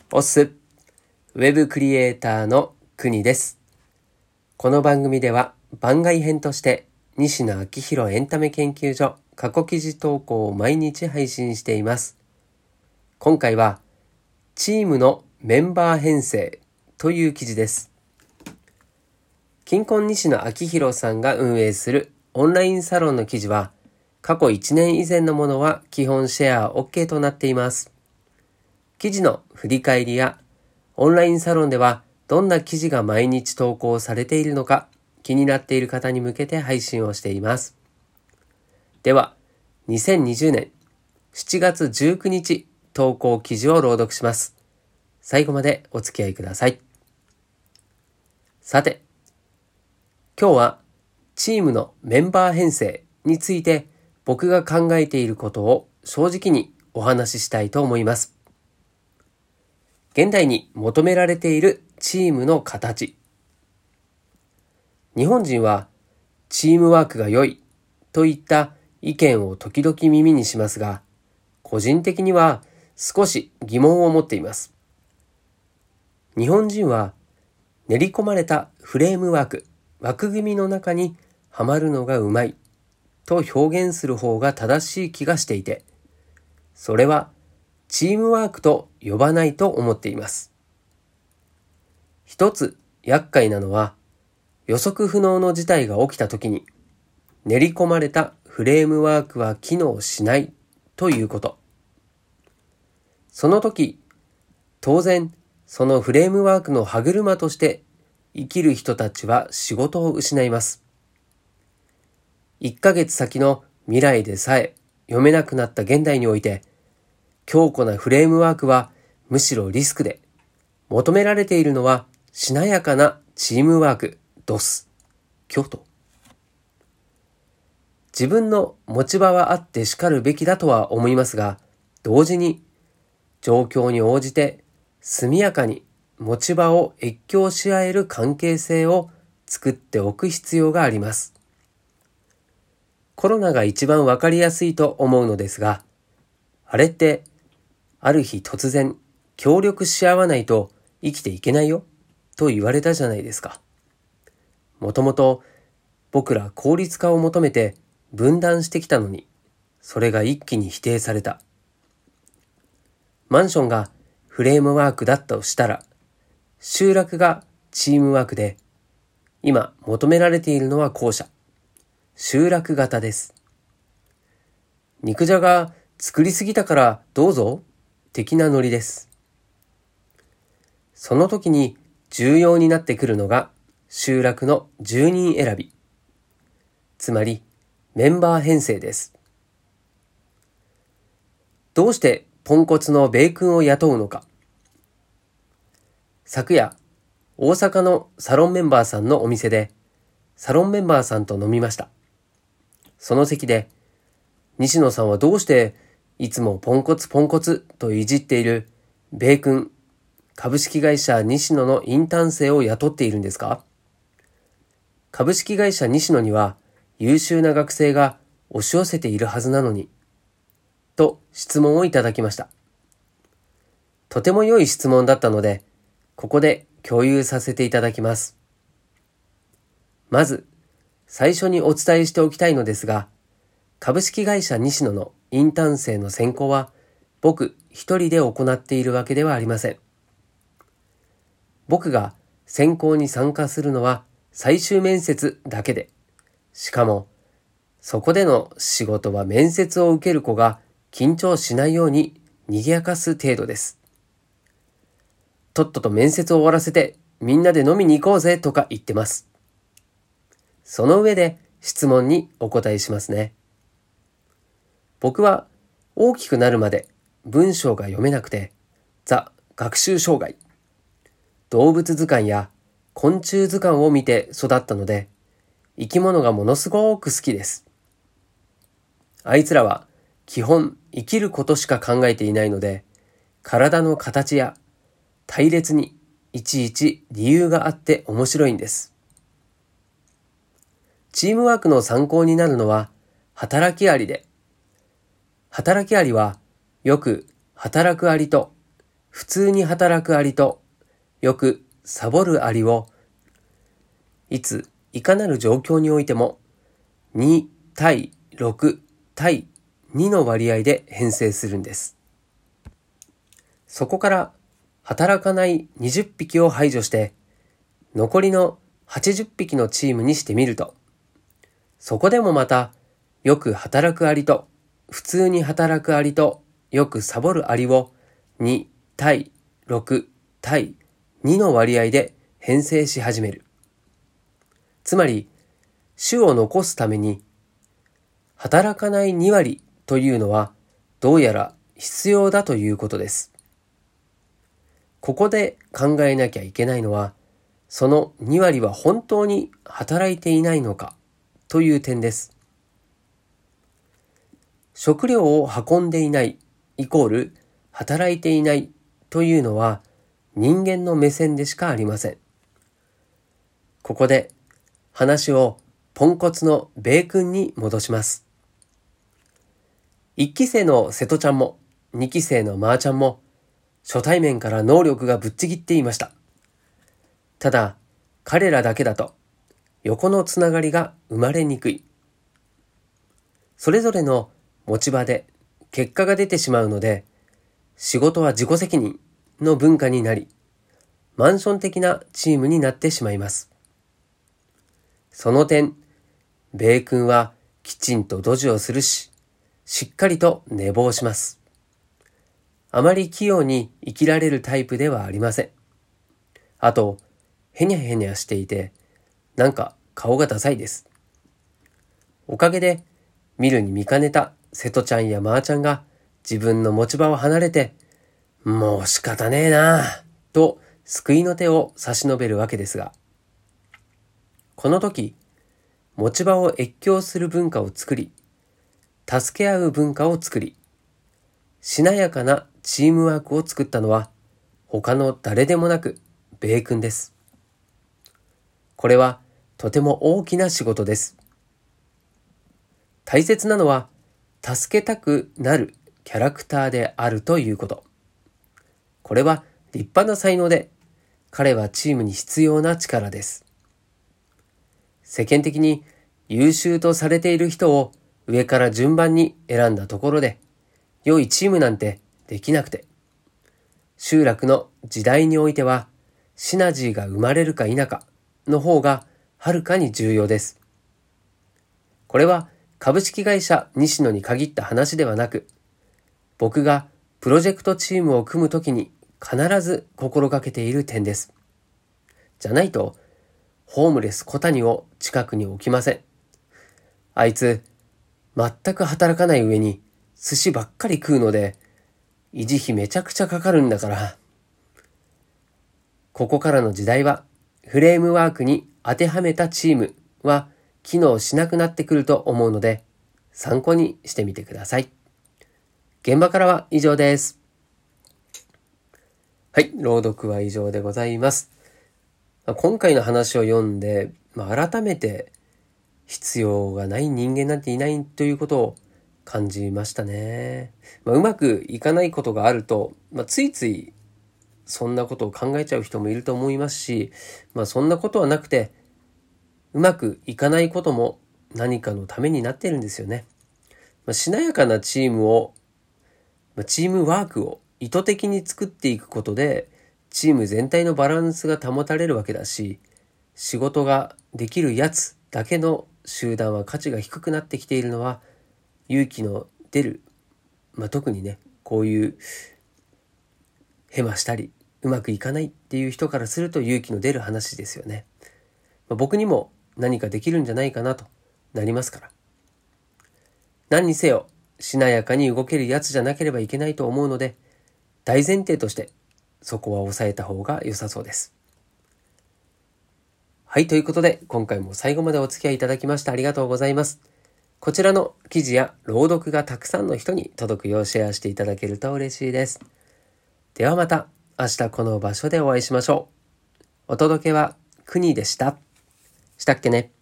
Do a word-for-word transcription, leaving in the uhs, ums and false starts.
オス、ウェブクリエイターの国です。この番組では番外編として西野昭弘エンタメ研究所過去記事投稿を毎日配信しています。今回はチームのメンバー編成という記事です。近婚西野昭弘さんが運営するオンラインサロンの記事は過去いちねん以前のものは基本シェア OK となっています。記事の振り返りやオンラインサロンではどんな記事が毎日投稿されているのか気になっている方に向けて配信をしています。では、にせんにじゅうねんしちがつじゅうくにち投稿記事を朗読します。最後までお付き合いください。さて、今日はチームのメンバー編成について僕が考えていることを正直にお話ししたいと思います。現代に求められているチームの形。日本人はチームワークが良いといった意見を時々耳にしますが、個人的には少し疑問を持っています。日本人は練り込まれたフレームワーク、枠組みの中にはまるのがうまいと表現する方が正しい気がしていて、それはチームワークと呼ばないと思っています。一つ厄介なのは予測不能の事態が起きたときに練り込まれたフレームワークは機能しないということ。その時、当然そのフレームワークの歯車として生きる人たちは仕事を失います。いっかげつ先の未来でさえ読めなくなった現代において、強固なフレームワークはむしろリスクで、求められているのはしなやかなチームワーク、ドス、京都。自分の持ち場はあってしかるべきだとは思いますが、同時に状況に応じて速やかに持ち場を越境し合える関係性を作っておく必要があります。コロナが一番わかりやすいと思うのですが、あれってある日突然協力し合わないと生きていけないよと言われたじゃないですか。もともと僕ら効率化を求めて分断してきたのに、それが一気に否定された。マンションがフレームワークだったとしたら、集落がチームワークで、今求められているのは後者、集落型です。肉じゃが作りすぎたからどうぞ的なノリです。その時に重要になってくるのが集落の住人選び、つまりメンバー編成です。どうしてポンコツの米君を雇うのか。昨夜、大阪のサロンメンバーさんのお店で、サロンメンバーさんと飲みました。その席で、西野さんはどうしていつもポンコツポンコツといじっている米君、株式会社西野のインターン生を雇っているんですか？株式会社西野には優秀な学生が押し寄せているはずなのに、と質問をいただきました。とても良い質問だったので、ここで共有させていただきます。まず、最初にお伝えしておきたいのですが、株式会社西野のインターン生の選考は僕一人で行っているわけではありません。僕が選考に参加するのは最終面接だけで、しかもそこでの仕事は面接を受ける子が緊張しないように賑やかす程度です。とっとと面接を終わらせてみんなで飲みに行こうぜとか言ってます。その上で質問にお答えしますね。僕は大きくなるまで文章が読めなくて、ザ・学習障害、動物図鑑や昆虫図鑑を見て育ったので、生き物がものすごく好きです。あいつらは基本生きることしか考えていないので、体の形や隊列にいちいち理由があって面白いんです。チームワークの参考になるのは働きアリで、働きアリはよく働くアリと普通に働くアリとよくサボるアリをいついかなる状況においてもに対ろく対にの割合で編成するんです。そこから働かないにじゅっぴきを排除して残りのはちじゅっぴきのチームにしてみると、そこでもまたよく働くアリと普通に働くアリとよくサボるアリをに対ろく対にの割合で編成し始める。つまり種を残すために働かないに割というのはどうやら必要だということです。ここで考えなきゃいけないのは、そのに割は本当に働いていないのかという点です。食料を運んでいないイコール働いていないというのは人間の目線でしかありません。ここで話をポンコツの米君に戻します。いっき生の瀬戸ちゃんもにき生のまーちゃんも初対面から能力がぶっちぎっていました。ただ彼らだけだと横のつながりが生まれにくい。それぞれの持ち場で結果が出てしまうので、仕事は自己責任の文化になり、マンション的なチームになってしまいます。その点、米君はきちんとドジをするし、しっかりと寝坊します。あまり器用に生きられるタイプではありません。あと、へにゃへにゃしていて、なんか顔がダサいです。おかげで、見るに見かねた瀬戸ちゃんやまーちゃんが自分の持ち場を離れて、もう仕方ねえなぁと救いの手を差し伸べるわけですが、この時、持ち場を越境する文化を作り、助け合う文化を作り、しなやかなチームワークを作ったのは他の誰でもなく米君です。これはとても大きな仕事です。大切なのは助けたくなるキャラクターであるということ。これは立派な才能で、彼はチームに必要な力です。世間的に優秀とされている人を上から順番に選んだところで、良いチームなんてできなくて、集落の時代においてはシナジーが生まれるか否かの方がはるかに重要です。これは株式会社西野に限った話ではなく、僕がプロジェクトチームを組むときに必ず心がけている点です。じゃないと、ホームレス小谷を近くに置きません。あいつ、全く働かない上に寿司ばっかり食うので、維持費めちゃくちゃかかるんだから。ここからの時代は、フレームワークに当てはめたチームは機能しなくなってくると思うので、参考にしてみてください。現場からは以上です。はい、朗読は以上でございます。今回の話を読んで、まあ、改めて必要がない人間なんていないということを感じましたね。まあ、うまくいかないことがあると、まあ、ついついそんなことを考えちゃう人もいると思いますし、まあ、そんなことはなくて、うまくいかないことも何かのためになってるんですよね。まあ、しなやかなチームを、まあ、チームワークを意図的に作っていくことで、チーム全体のバランスが保たれるわけだし、仕事ができるやつだけの集団は価値が低くなってきているのは、勇気の出る、まあ、特にね、こういうヘマしたりうまくいかないっていう人からすると勇気の出る話ですよね。まあ、僕にも何かできるんじゃないかなとなりますから。何にせよしなやかに動けるやつじゃなければいけないと思うので、大前提としてそこは抑えた方が良さそうです。はい、ということで今回も最後までお付き合いいただきましてありがとうございます。こちらの記事や朗読がたくさんの人に届くようシェアしていただけると嬉しいです。ではまた明日この場所でお会いしましょう。お届けはくにでした。したっけね。